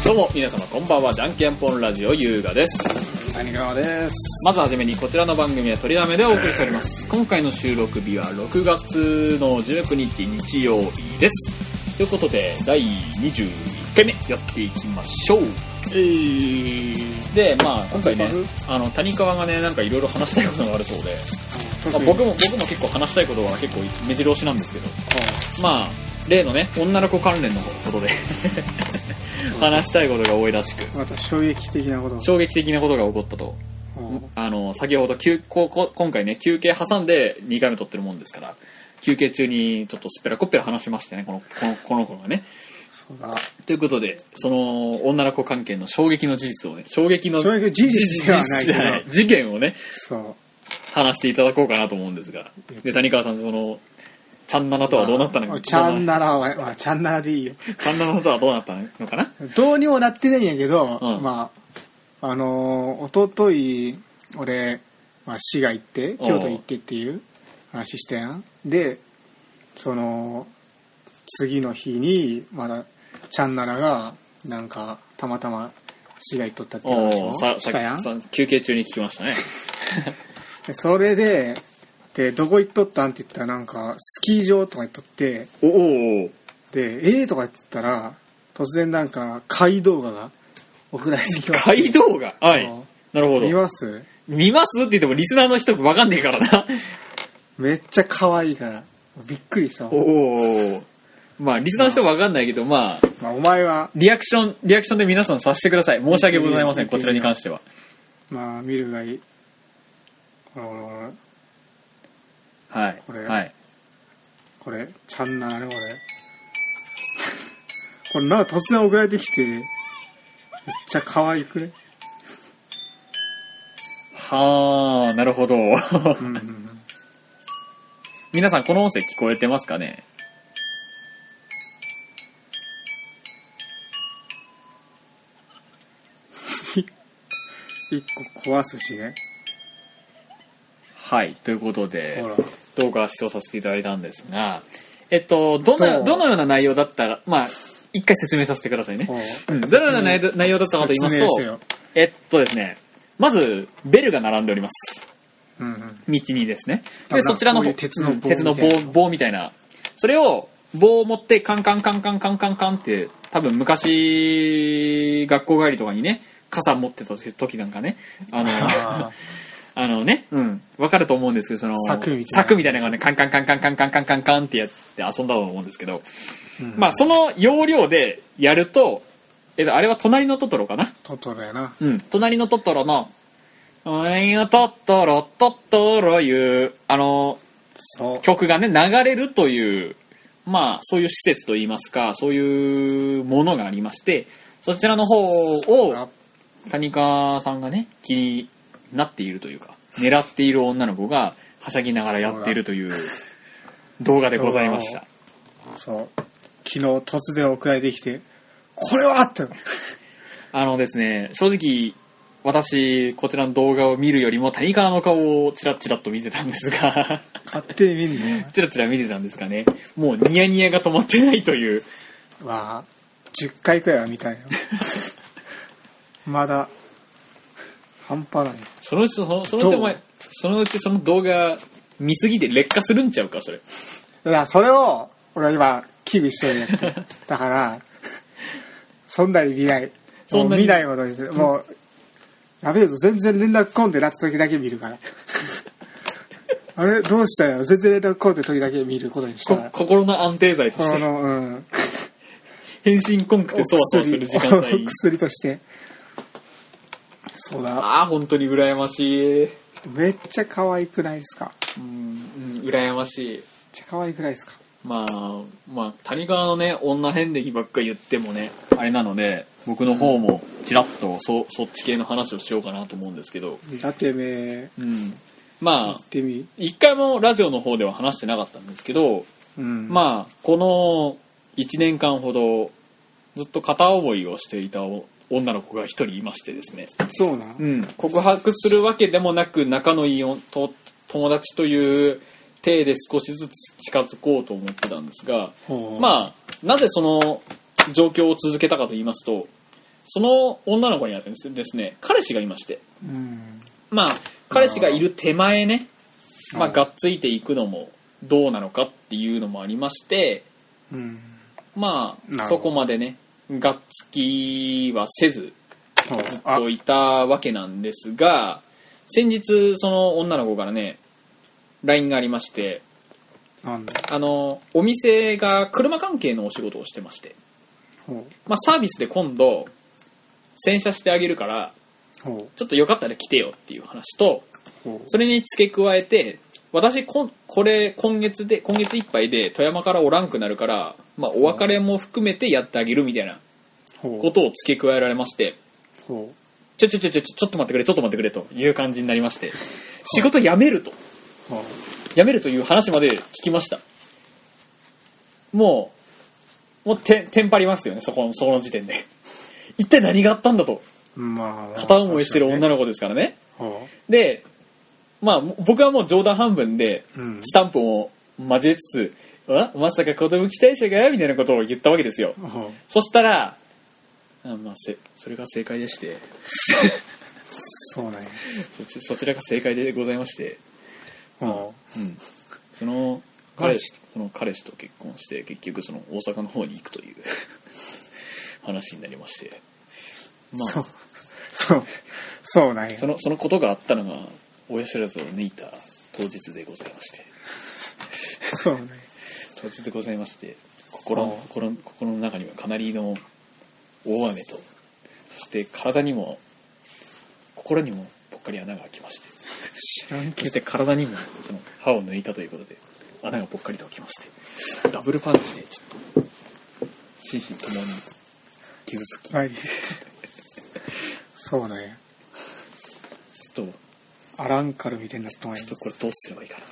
どうも皆様こんばんは。じゃんけんぽんラジオ優雅です。 谷川です。 まずはじめにこちらの番組は取りだめでお送りしております。今回の収録日は6月の19日日曜日です。ということで第21回目やっていきましょう。で、まあ今回ね、谷川がねなんかいろいろ話したいことがあるそうで、僕も結構話したいことは結構目白押しなんですけど、まあ例のね女の子関連のことで話したいことが多いらしく、 また衝撃的なことが起こったと。先ほど今回ね休憩挟んで2回目撮ってるもんですから、休憩中にちょっとすっぺらこっぺら話しましてね、この子がね。 そうだ。 ということで、その女の子関係の衝撃の事実をね、衝撃の事実ではないけど事件をね、 そう話していただこうかなと思うんですが、で谷川さん、そのチャンナナとはどうなったのか。 チャンナラは、チャンナラでいいよ。 チャンナナとはどうなったのかな。 どうにもなってないんやけど、 うん、 まあ一昨日俺、滋賀行って京都行ってっていう話したやん。でその次の日にまだチャンナラがなんかたまたま滋賀行っとったっていう話をしたやん。 休憩中に聞きましたね。 でそれでどこ行っとったんって言ったらなんかスキー場とか行っとって、でとか言ったら突然なんか怪動画が送られてきました。 怪動画、はい、なるほど。見ますって言ってもリスナーの人分かんねえからな。 めっちゃ可愛いからびっくりした。 まあリスナーの人分かんないけど、まあお前はリアクションで皆さんさせてください。申し訳ございません、こちらに関しては。 まあ見るがいい。 はい、 これチャンナラね、これなんか突然送られてきてめっちゃ可愛くね。 はあ、なるほど。皆さんこの音声聞こえてますかね。 一個壊すしね。 はい、ということで動画視聴させていただいたんですが、どのような内容だったら、まあ一回説明させてくださいね。どのような内容だったかと言いますと、ですね、まずベルが並んでおります。道にですね。でそちらの鉄の棒みたいな、それを棒を持ってカンカンカンカンカンカンカンって、多分昔学校帰りとかにね傘持ってた時なんかね、分かると思うんですけど、その柵みたいなのがねカンカンカンカンカンカンカンカンカンってやって遊んだと思うんですけど、まあその要領でやると、あれは隣のトトロかな。 トトロやな。 隣のトトロのトトロトトロいう曲がね流れるという、まあそういう施設といいますか、そういうものがありまして、そちらの方を谷川さんがね気になっているというか、狙っている女の子がはしゃぎながらやっているという動画でございました。 そう昨日突然送られてきて、これはってですね、正直私こちらの動画を見るよりも谷川の顔をチラッチラッと見てたんですが勝手に見るね。 チラチラ見てたんですかね。もうニヤニヤが止まってないという。 まあ10回くらいは見たんよ。まだ半端ない。そのうちその動画見すぎて劣化するんちゃうか、それ。 だからそれを俺は今危惧してるやってだからそんなに見ない。もう見ないことにして、もうやべえぞ、全然連絡来んでなった時だけ見るからあれどうしたよ、全然連絡来んで時だけ見ることにしたら、 心の安定剤として、返信こんくてそわそわする時間帯薬として。そうだ。 本当に羨ましい。 めっちゃ可愛くないですか。 羨ましい。めっちゃ可愛くないですか。 まあ谷川のね女遍歴ばっかり言ってもねあれなので、僕の方もちらっとそっち系の話をしようかなと思うんですけど。 だってめまあ一回もラジオの方では話してなかったんですけど、まあこの1年間ほどずっと片思いをしていた女の子が一人いましてですね。 そうな。 告白するわけでもなく、仲のいい友達という体で少しずつ近づこうと思ってたんですが、まあなぜその状況を続けたかと言いますと、 その女の子にはですね、彼氏がいまして、まあ彼氏がいる手前ね、まあがっついていくのもどうなのかっていうのもありまして、まあそこまでねがっつきはせずずっといたわけなんですが、先日その女の子からね LINE がありまして、お店が車関係のお仕事をしてまして、まあ、サービスで今度洗車してあげるからちょっとよかったら来てよっていう話と、それに付け加えて、私これ今月いっぱいで富山からおらんくなるから、まあ、お別れも含めてやってあげるみたいなことを付け加えられまして、ちょっと待ってくれという感じになりまして、仕事辞めるという話まで聞きました。もうテンパりますよね、その時点で。一体何があったんだと、片思いしてる女の子ですからね。で、まあ僕はもう冗談半分でスタンプを交えつつ、まさか子供期待者がみたいなことを言ったわけですよ。そしたら、まあ、それが正解でしてそうね、 そちらが正解でございまして、その彼氏と結婚して結局その大阪の方に行くという話になりまして、まあそうね、 そのことがあったのが親知らずを抜いた当日でございまして、 そうね、 当日でございまして、心の中にはかなりの大雨と、そして体にも心にもぽっかり穴が開きまして、そして体にもその歯を抜いたということで穴がぽっかりと開きまして、ダブルパンチでちょっと心身ともに傷つき、 そうね、 ちょっとアランカルみたいな人がちょっとこれどうすればいいかな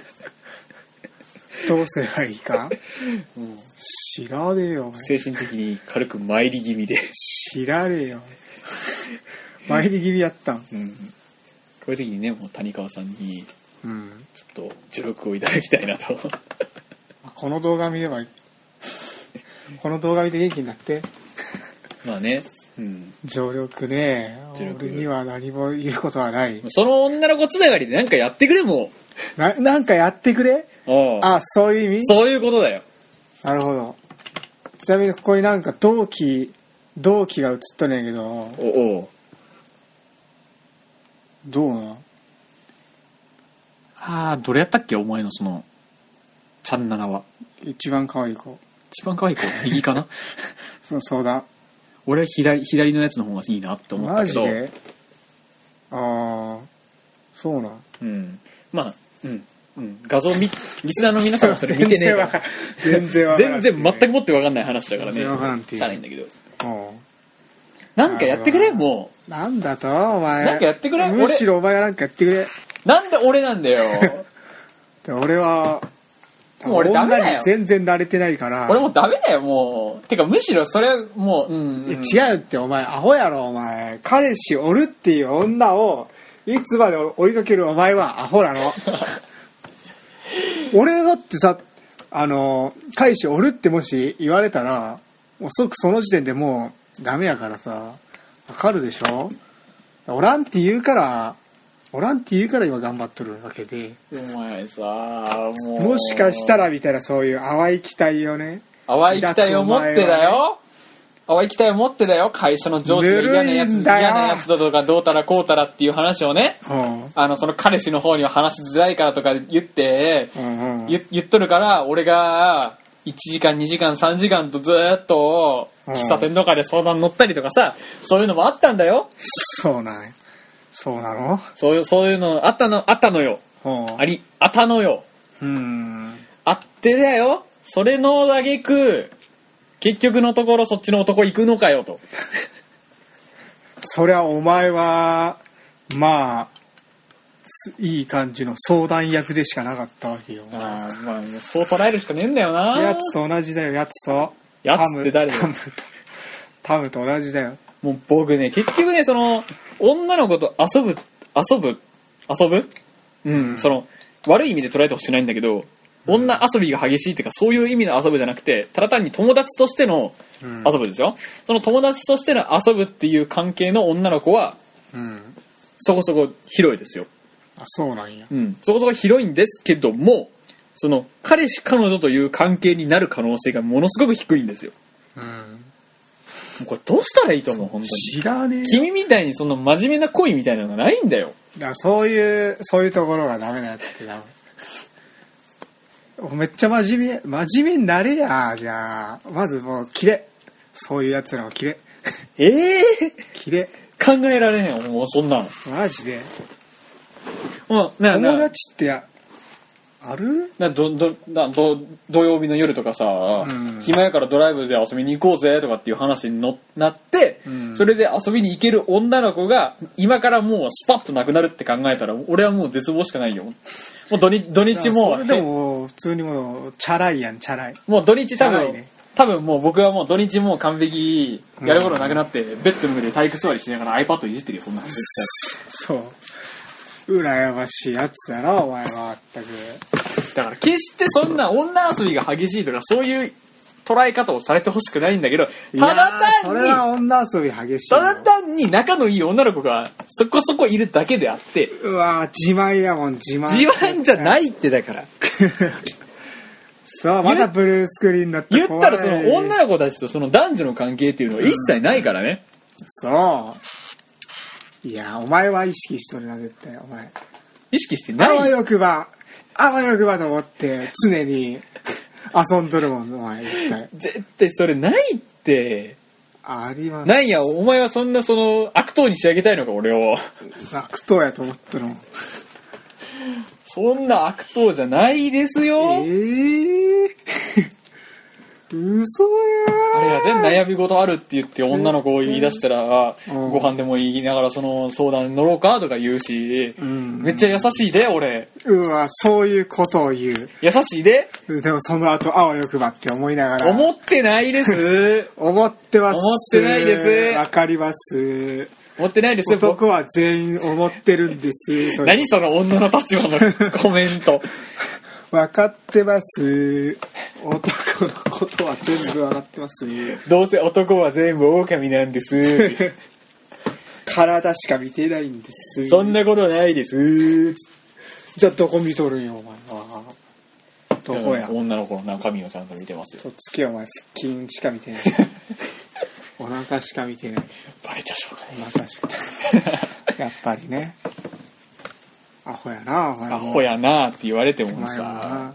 どうすればいいか知らねえよ、 精神的に軽く参り気味で知らねえよ参り気味やったん、 こういう時にね、もう谷川さんにちょっと助力をいただきたいなとこの動画見ればこの動画見て元気になってまあね、 助力ね、俺には何も言うことはない。 その女の子つながりで何かやってくれ、もうなんかやってくれ。そういう意味。 そういうことだよ。 なるほど。ちなみにここになんか同期が映っとんねんけど、どうな。 どれやったっけ、お前のそのチャンナナは。 一番可愛い子右かなそうだ、 俺は左のやつの方がいいなって思ったけど。 マジで。そうなん。 まあ画像リスナーの皆さんはそれ見てねえから全然全くもって分かんない話だからね、しゃあないんだけど、なんかやってくれ。もうなんだとお前、 なんかやってくれ。 むしろお前がなんかやってくれ。 なんで俺なんだよ俺はもう俺ダメだよ、 全然慣れてないから。 俺もうダメだよ、もう。てかむしろそれもう、 違うって、お前アホやろ。お前彼氏おるっていう女をいつまで追いかけるお前はアホなの俺だってさ、彼氏おるってもし言われたらもう即その時点でもうダメやからさ、わかるでしょ。おらんって言うから今頑張っとるわけで。 お前さ、 もしかしたらみたいな、そういう淡い期待をね、 淡い期待を持ってだよ、淡い期待を持ってだよ。会社の上司が嫌なやつだとかどうたらこうたらっていう話をね、その彼氏の方には話しづらいからとか言って、言っとるから、俺が1時間2時間3時間とずっと喫茶店とかで相談乗ったりとかさ、そういうのもあったんだよ。 そうなの。 そういうのあったのよ。あったのよ。あってだよ。それの挙句結局のところそっちの男行くのかよとそりゃお前はまあいい感じの相談役でしかなかったわけよ。 まあそう捉えるしかねえんだよな。 やつと同じだよ。やつって誰だよ。タムと同じだよ。 もう僕ね、結局ね、その女の子と遊ぶ、その悪い意味で捉えてほしくないんだけど、 女遊びが激しいっていうかそういう意味の遊ぶじゃなくて、ただ単に友達としての遊ぶですよ、その友達としての遊ぶっていう関係の女の子は、そこそこ広いですよ。 あ、そうなんや。 そこそこ広いんですけども、その彼氏彼女という関係になる可能性がものすごく低いんですよ。これどうしたらいいと思う？本当に知らねえよ。 君みたいにその真面目な恋みたいなのがないんだよ。 だからそういうところがダメなやつってダメ。めっちゃ真面目になれや。じゃあまずもう切れ、そういうやつらを切れ。切れ。 考えられへんよもうそんなのマジで。 友達ってある？ 土曜日の夜とかさ、暇やからドライブで遊びに行こうぜとかっていう話になって、それで遊びに行ける女の子が今からもうスパッとなくなるって考えたら俺はもう絶望しかないよ。もう土日もそれでも普通にもうチャラいやん、チャラい。 もう土日多分もう僕はもう土日もう完璧やることなくなって、ベッドの上で体育座りしながら iPad いじってるよ、そんな話絶対。そう羨ましいやつだなお前は。まったくだから決してそんな女遊びが激しいとかそういう捉え方をされてほしくないんだけど、ただ単にそれは女遊び激しい。 ただ単に仲のいい女の子がそこそこいるだけであって、 うわ自慢やもん、自慢じゃないってだからさあまだブルースクリーンだって言ったらその女の子たちとその男女の関係っていうのは一切ないからね。 そういやお前は意識しとるな絶対。お前意識してない。 あわよくばと思って常に遊んどるもんお前絶対それないって。 あります。 なんやお前はそんなその悪党に仕上げたいのか俺を。 悪党やと思っとるもん。 そんな悪党じゃないですよ。 嘘やあれや全悩み事あるって言って女の子を言い出したらご飯でも言いながらその相談に乗ろうかとか言うし、めっちゃ優しいで俺。 うわそういうことを言う。 優しいで。 でもその後あわよくばって思いながら。 思ってないです思ってます。 思ってないです。 わかります。 思ってないです。 男は全員思ってるんです。 何その女の立場のコメント。 分かってます。男のことは全部分かってます。 どうせ男は全部狼なんです。 体しか見てないんです。 そんなことないです。 じゃあどこ見とるんよお前は。どこや。 女の子の中身をちゃんと見てますよ。 そっつけお前腹筋しか見てないお腹しか見てない。 バレちゃしょうがない。 お腹しかやっぱりねアホやな。 アホやなって言われてもさ。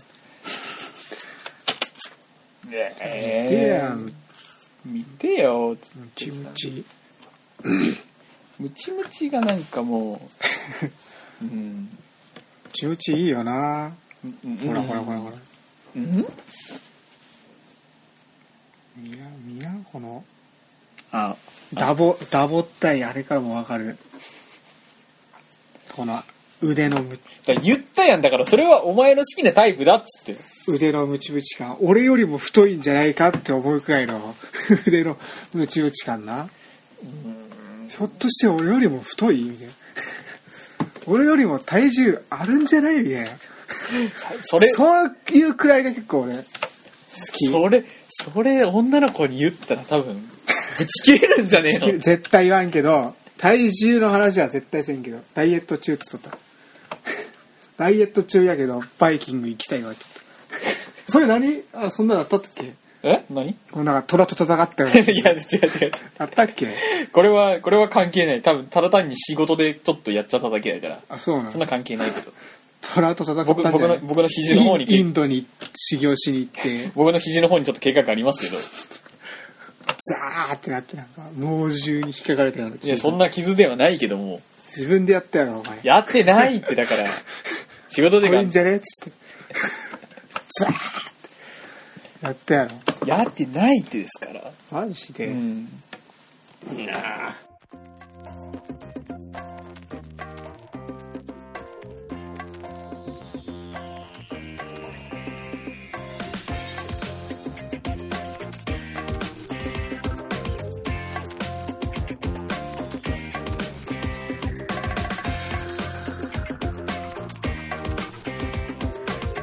見てよ。 ムチムチ。 ムチムチがなんかもう。 ムチムチいいよな。ほら。見やこの。ダボったいあれからもわかる。この。腕の言ったやん。だからそれはお前の好きなタイプだっつって。 腕のムチムチ感俺よりも太いんじゃないかって思うくらいの腕のムチムチ感な。ひょっとして俺よりも太いみたいな俺よりも体重あるんじゃないみたいなそういうくらいが結構俺好き。 それ女の子に言ったら多分ぶち切れるんじゃねえの。 絶対言わんけど体重の話は絶対せんけどダイエット中って言っとったダイエット中やけどバイキング行きたいわって言ったそれ何そんなのあったっけ。 何こうなんか虎と戦ったよいや違うあったっけ。 これは関係ない。多分ただ単に仕事でちょっとやっちゃっただけだから。 そうなの。 そんな関係ないけど虎と戦ったんじゃない。 僕の肘の方にインドに修行しに行って僕の肘の方にちょっと計画ありますけどザーってなってなんか猛獣に引っかかれたような。 いやそんな傷ではないけども自分でやったやろお前。 やってないってだから仕事でこれいいんじゃねっつってザーってやったやろ。 やってないってですからマジで。 いいな。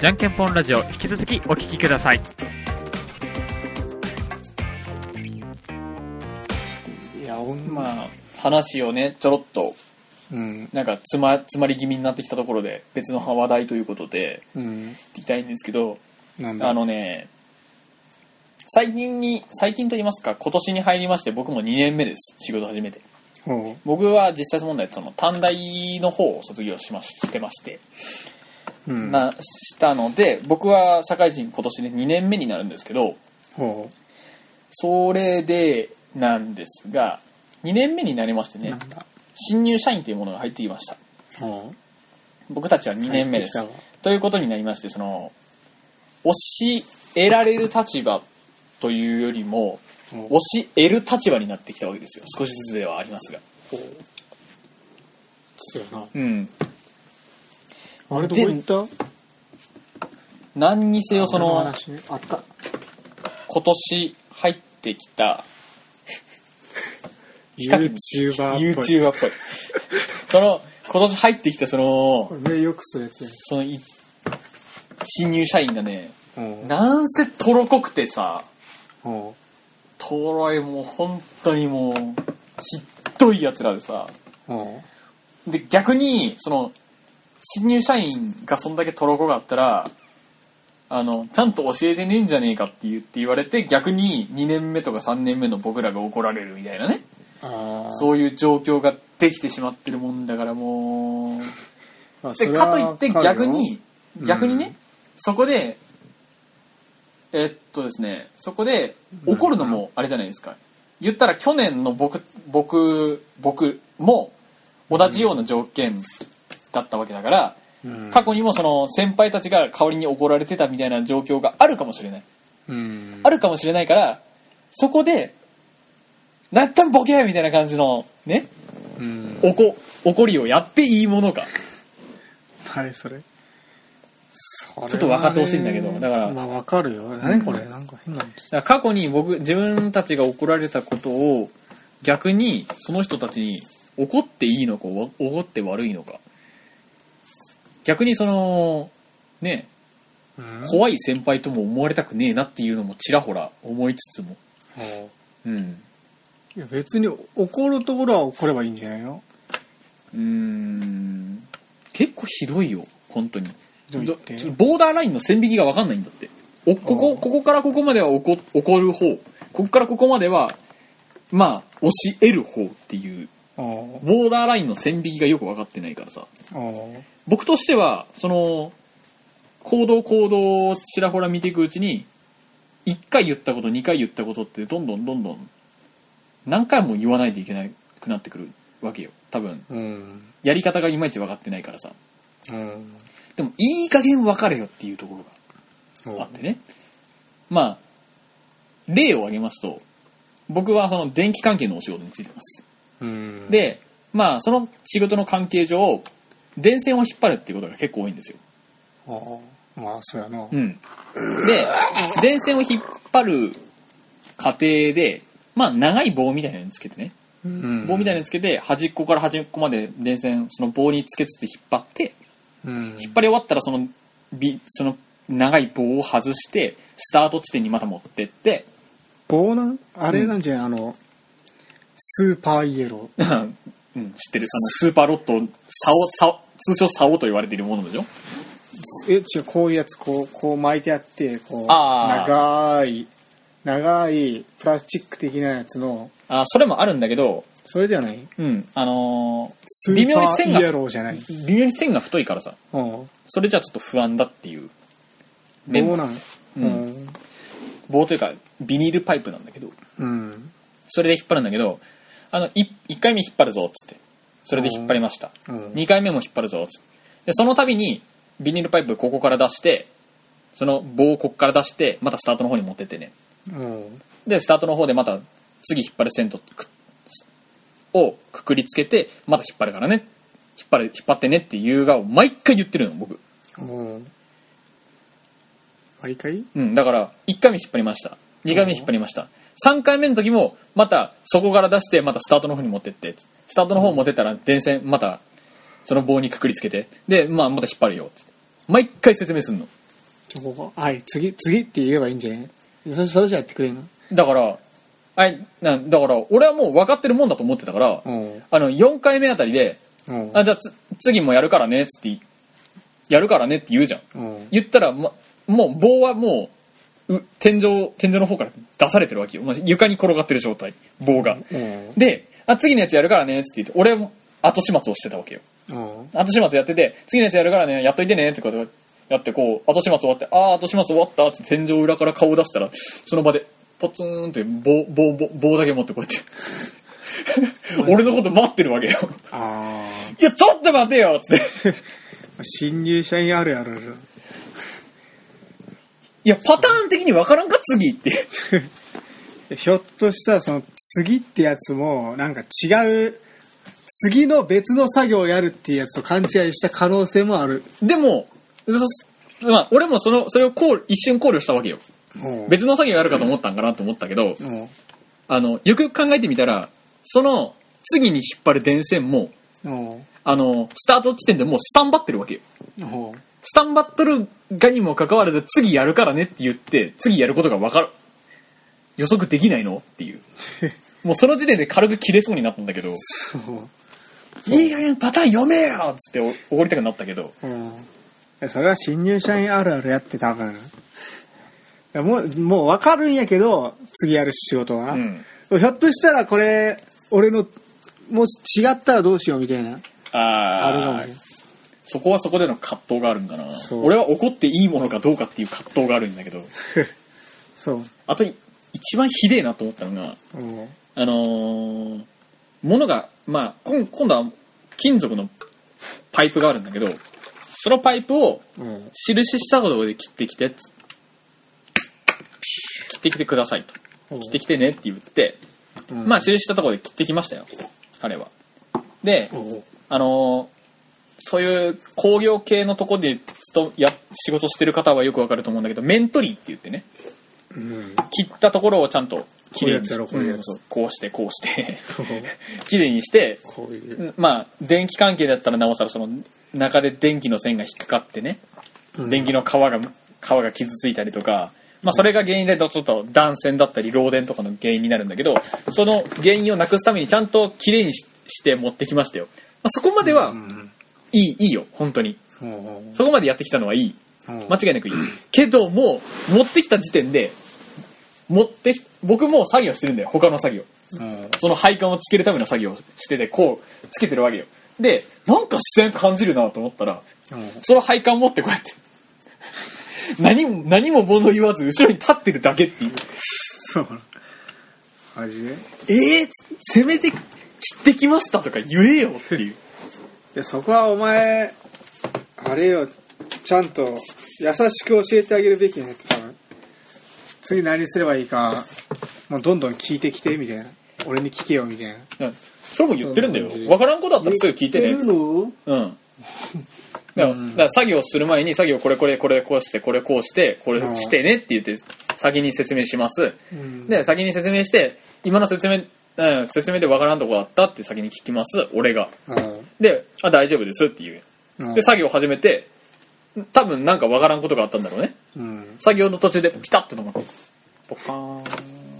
じゃんけんぽんラジオ、引き続きお聞きください。 いや、 まあ話をねちょろっと、なんか詰まり気味になってきたところで別の話題ということで、聞きたいんですけど、最近と言いますか、今年に入りまして僕も2年目です、仕事始めて。僕は実際問題その短大の方を卒業してまして、したので僕は社会人今年で2年目になるんですけど、それでなんですが2年目になりましてね、新入社員というものが入ってきました。僕たちは2年目です、ということになりまして、その教えられる立場というよりも教える立場になってきたわけですよ。少しずつではありますが。 そうやな。 あれどこ行った？何にせよそのあった。 今年入ってきた YouTuber っぽいその今年入ってきたその目よくするやつや。 その新入社員がね、なんせとろこくてさ、とろい、もう本当にもうひどいやつらでさ、で逆にその新入社員がそんだけとろこがあったらちゃんと教えてねえんじゃねえかって言われて、逆に2年目とか3年目の僕らが怒られるみたいなね、そういう状況ができてしまってるもんだから、もうでかといって逆にね、そこでですね、そこで怒るのもあれじゃないですか。言ったら去年の僕も同じような条件だったわけだから、過去にもその先輩たちが代わりに怒られてたみたいな状況があるかもしれない、あるかもしれないから、そこでなったんボケみたいな感じのね、怒りをやっていいものか。 はいそれちょっと分かってほしいんだけど、だからまあ分かるよ。何これ、なんか変なの。だから過去に自分たちが怒られたことを逆にその人たちに怒っていいのか怒って悪いのか、逆にそのね、怖い先輩とも思われたくねえなっていうのもちらほら思いつつも、 いや別に怒るところは怒ればいいんじゃないの。 結構ひどいよ本当に。ボーダーラインの線引きが分かんないんだって。ここからここまでは怒る方、ここからここまではまあ教える方っていうボーダーラインの線引きがよく分かってないからさ、僕としてはその行動をちらほら見ていくうちに1回言ったこと2回言ったことってどんどん何回も言わないといけなくなってくるわけよ多分、やり方がいまいち分かってないからさ、でもいい加減分かれよっていうところがあってね、まあ例を挙げますと、僕はその電気関係のお仕事に就いてます。でまあその仕事の関係上電線を引っ張るっていうことが結構多いんですよ。 まあそうやな。 で電線を引っ張る過程でまあ長い棒みたいなのにつけてね、棒みたいなのにつけて端っこから端っこまで電線その棒につけつつ引っ張って、引っ張り終わったらその長い棒を外してスタート地点にまた持ってって棒なんあれなんじゃない、スーパーイエロー知ってるスーパーロット通称竿と言われているものでしょ。 違う、こういうやつこう巻いてあってこう長いプラスチック的なやつのそれもあるんだけど、 それじゃない？ スーパーイエローじゃない？ 微妙に線が太いからさ、それじゃちょっと不安だっていう。 棒なん？ 棒というかビニールパイプなんだけど、それで引っ張るんだけど、1回目引っ張るぞっつってそれで引っ張りました、2回目も引っ張るぞっつって、でその度にビニールパイプここから出してその棒をここから出してまたスタートの方に持ってってね、でスタートの方でまた次引っ張る線をくくりつけてまた引っ張るからね、引っ張ってねっていうがを毎回言ってるの僕。 毎回？ だから1回目引っ張りました、2回目引っ張りました、3回目の時もまたそこから出してまたスタートの方に持ってってスタートの方持ってったら電線またその棒にくくりつけてで、また引っ張るよって毎回説明するの。 はい、次って言えばいいんじゃない？それじゃやってくれるの？ だから俺はもう分かってるもんだと思ってたから、4回目あたりで、じゃあ次もやるからねっつってやるからねって言うじゃん。言ったら、もう棒はもう天井の方から出されてるわけよ。床に転がってる状態、棒が。で、次のやつやるからねっつって言って、俺も後始末をしてたわけよ。後始末やってて、次のやつやるからね、やっといてねってことやって、こう後始末終わって、後始末終わったって天井裏から顔を出したら、その場でポツンって棒だけ持ってこうやって俺のこと待ってるわけよ。いやちょっと待てよっつって新入社員あるある。 いやパターン的に分からんか次ってひょっとしたらその次ってやつもなんか違う次の別の作業をやるっていうやつと勘違いした可能性もある。 でも俺もそれを一瞬考慮したわけよ。別の作業やるかと思ったんかなと思ったけど、よくよく考えてみたらその次に引っ張る電線もスタート地点でもうスタンバってるわけよ。スタンバっとるがにもかかわらず次やるからねって言って次やることが分かる予測できないのっていうもうその時点で軽く切れそうになったんだけどいい加減パターン読めよっつって怒りたくなったけど、 それは新入社員あるあるやって多分もう分かるんやけど次やる仕事は、ひょっとしたらこれ俺のもし違ったらどうしようみたいなあるかもしれない。 そこはそこでの葛藤があるんだな。俺は怒っていいものかどうかっていう葛藤があるんだけどそうあと一番ひでえなと思ったのが物が今度は金属のパイプがあるんだけどそのパイプを印したところで切ってきてくださいと切ってきてねって言って、印したところで切ってきましたよ彼は。でそういう工業系のところで仕事してる方はよくわかると思うんだけど面取りって言ってね、切ったところをちゃんときれいにこうしてきれいにして電気関係だったらなおさらその中で電気の線が引っかかってね、電気の皮が傷ついたりとか、それが原因でちょっと断線だったり漏電とかの原因になるんだけどその原因をなくすためにちゃんときれいにして持ってきましたよ。そこまではいいよ本当に。そこまでやってきたのはいい、間違いなくいいけども持ってきた時点で僕も作業してるんだよ他の作業、その配管をつけるための作業をしててこうつけてるわけよ。でなんか視線感じるなと思ったら、その配管持ってこうやって何も物言わず後ろに立ってるだけっていう。 そうマジでせめて切ってきましたとか言えよっていういやそこはお前あれよちゃんと優しく教えてあげるべきねって多分次何すればいいかもうどんどん聞いてきてみたいな俺に聞けよみたいなそれも言ってるんだよ。分からんことだったらすぐ聞いてね。だから作業する前に作業これこうしてこれこうしてこれしてねって言って先に説明します、で先に説明して今の説明で分からんとこだったって先に聞きます俺が、で大丈夫ですって言う、で作業始めて多分なんか分からんことがあったんだろうね、作業の途中でピタッと止まってポカーンって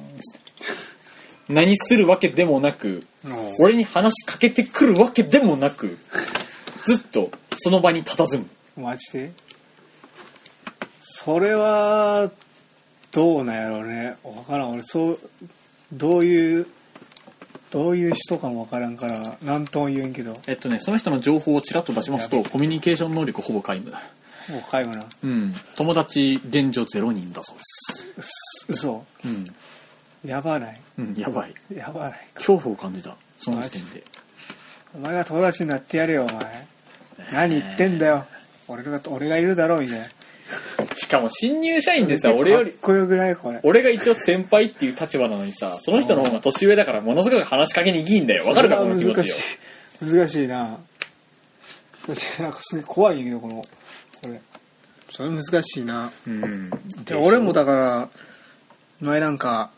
何するわけでもなく俺に話しかけてくるわけでもなくずっとその場に佇む。 マジでそれはどうなんやろうね。分からん俺どういう人かも分からんから何とも言えんけどその人の情報をちらっと出しますとコミュニケーション能力ほぼ皆無。 皆無な。 友達現状0人だそうです。 嘘。やばない。 やばい恐怖を感じたその時点で。 お前が友達になってやれよお前、何言ってんだよ俺がいるだろうみたいな。 しかも新入社員でさ俺よりかっこよくないこれ。 俺が一応先輩っていう立場なのにさその人の方が年上だからものすごく話しかけにいいんだよ。わかるかこの気持ちよ。 難しいな。私なんかすごい怖いんやけどこれそれ難しいな。俺もだから前なんか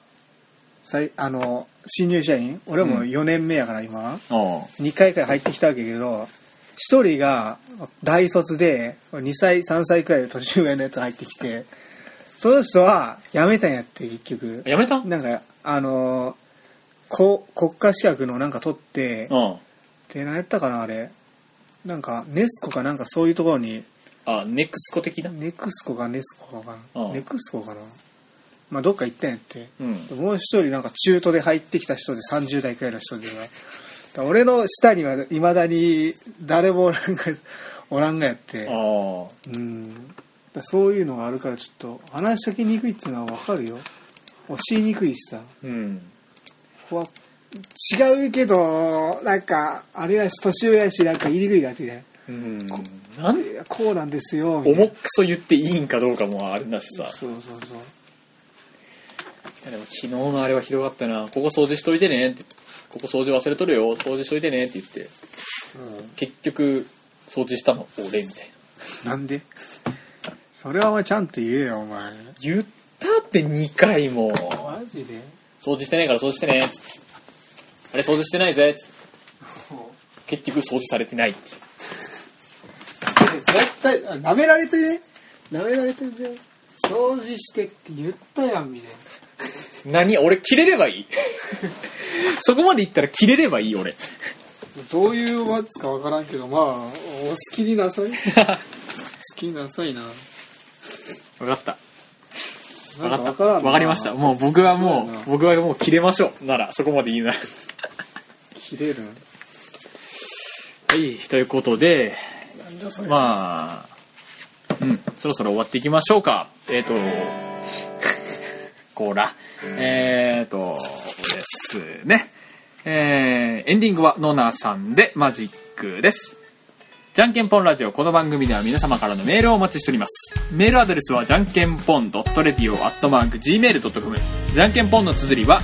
新入社員俺も4年目やから今、2回から入ってきたわけやけど一人が大卒で2歳3歳くらいで年上のやつ入ってきて、その人は辞めたんやって。結局辞めた？ なんか国家資格のなんか取って、で何やったかなあれ、なんかネスコかなんかそういうところに、 ネクスコ的な、 ネクスコかネスコかな、ネクスコかな、まあどっか行ったんやって、もう一人なんか中途で入ってきた人で30代くらいの人で、俺の下にはいまだに誰もおらんがやって、そういうのがあるからちょっと話しかけにくいっていうのは分かるよ。教えにくいしさ、ここは違うけどなんかあれやし年上やしなんか言いにくいなってね、こうなんですよみたいな、 重くそ言っていいんかどうかもあれだしさ。 そういやでも昨日のあれはひどかったな。ここ掃除しといてねって、ここ掃除忘れとるよ、掃除しといてねって言って、結局掃除したの俺みたいな。なんでそれはお前ちゃんと言えよお前。 言ったって2回も。 マジで掃除してないから掃除してねっつって、あれ掃除してないぜっつって結局掃除されてないって。 絶対舐められてね、舐められてるじゃん。掃除してって言ったやんみたいな。何？俺切れればいいそこまで言ったら切れればいい俺。 どういうやつかわからんけど、まあお好きになさい好きになさいな。 分かった。 分かりました。もう僕はもう切れましょうなら、そこまで言うなら切れる。 はい、ということで、まあそろそろ終わっていきましょうか。こーらですね。エンディングはノナさんでマジックです。じゃんけんぽんラジオ、この番組では皆様からのメールをお待ちしております。メールアドレスはじゃんけんぽん.radio@gmail.com、 じゃんけんぽんの綴りは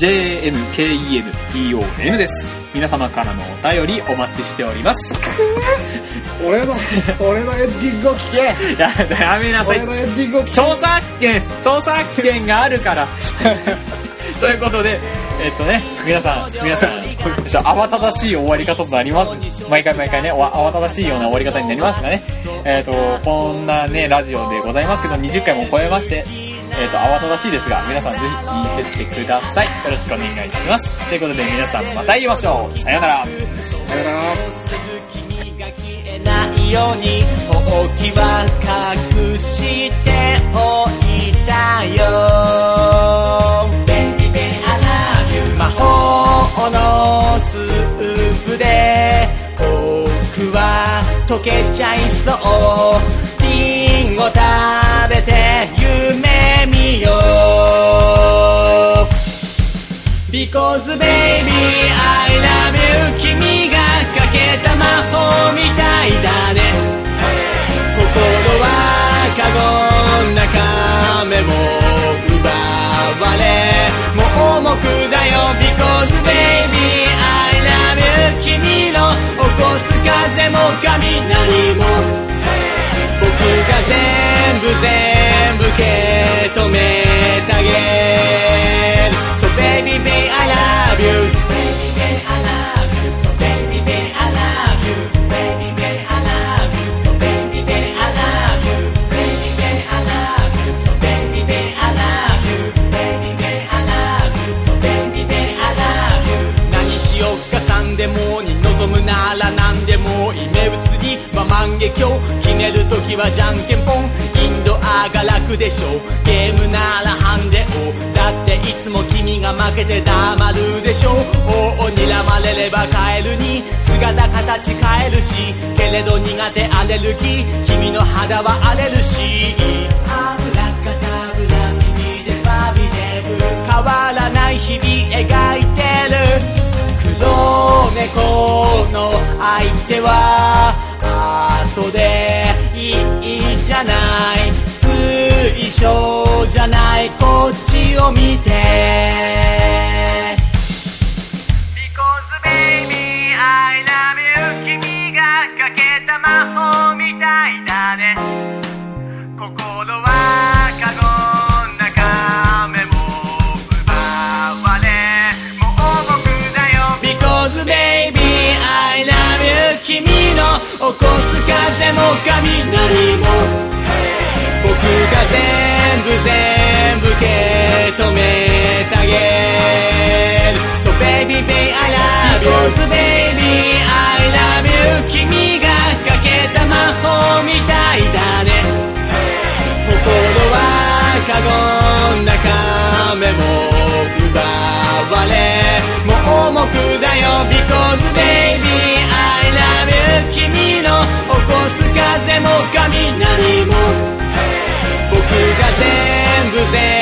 JANKENPON です。皆様からのお便りお待ちしております。 俺のエンディングを聞け。 やめなさい。 俺のエンディングを聞け。 著作権があるからということで皆さん慌ただしい終わり方となります。毎回ね慌ただしいような終わり方になりますがね、こんなねラジオでございますけど20回も超えまして、慌ただしいですが皆さんぜひ聞いてってください。よろしくお願いします。ということで皆さんまた会いましょう。さよなら。さよなら。 ないようにほうきは隠しておいたよ。魔法のスープで僕は溶けちゃいそう。リンゴ食べて夢見よう。 Because baby I love you 君がかけた魔法みたいだね。心はカゴの中目も奪われもう重くだよ。 Because baby I love you 君の起こす風も雷も僕が全部受け止めてあげる。 So baby baby I love you baby baby I love you So baby baby I love you baby baby I love you So baby baby I love you baby baby I love you So baby baby I love you baby baby I love you So baby baby I love you 何しよっか3でもに望むなら何でもいい。目移りは万華鏡決めるときはじゃんけんぽん。インドアが楽でしょう。ゲームならハンデをだっていつも君が負けて黙るでしょう。王を睨まれればカエルに姿形変えるし、けれど苦手アレルギー君の肌は荒れるし。アブラカタブラ右でバビデブ変わらない日々描いてる。黒猫の相手は後でいいじゃない。推奨じゃないこっちを見て。 Because baby I love you 君がかけた魔法みたいだね。心はカゴの中目も奪われもう僕だよ。 Because baby I love you 君のこす風も雷も僕が全部受け止めてあげる So baby baby I love you So baby I love you 君がかけた魔法みたいだね心はカゴの中目も奪われもう重くだよ Because baby I love you 君の起こす風も雷も僕が全部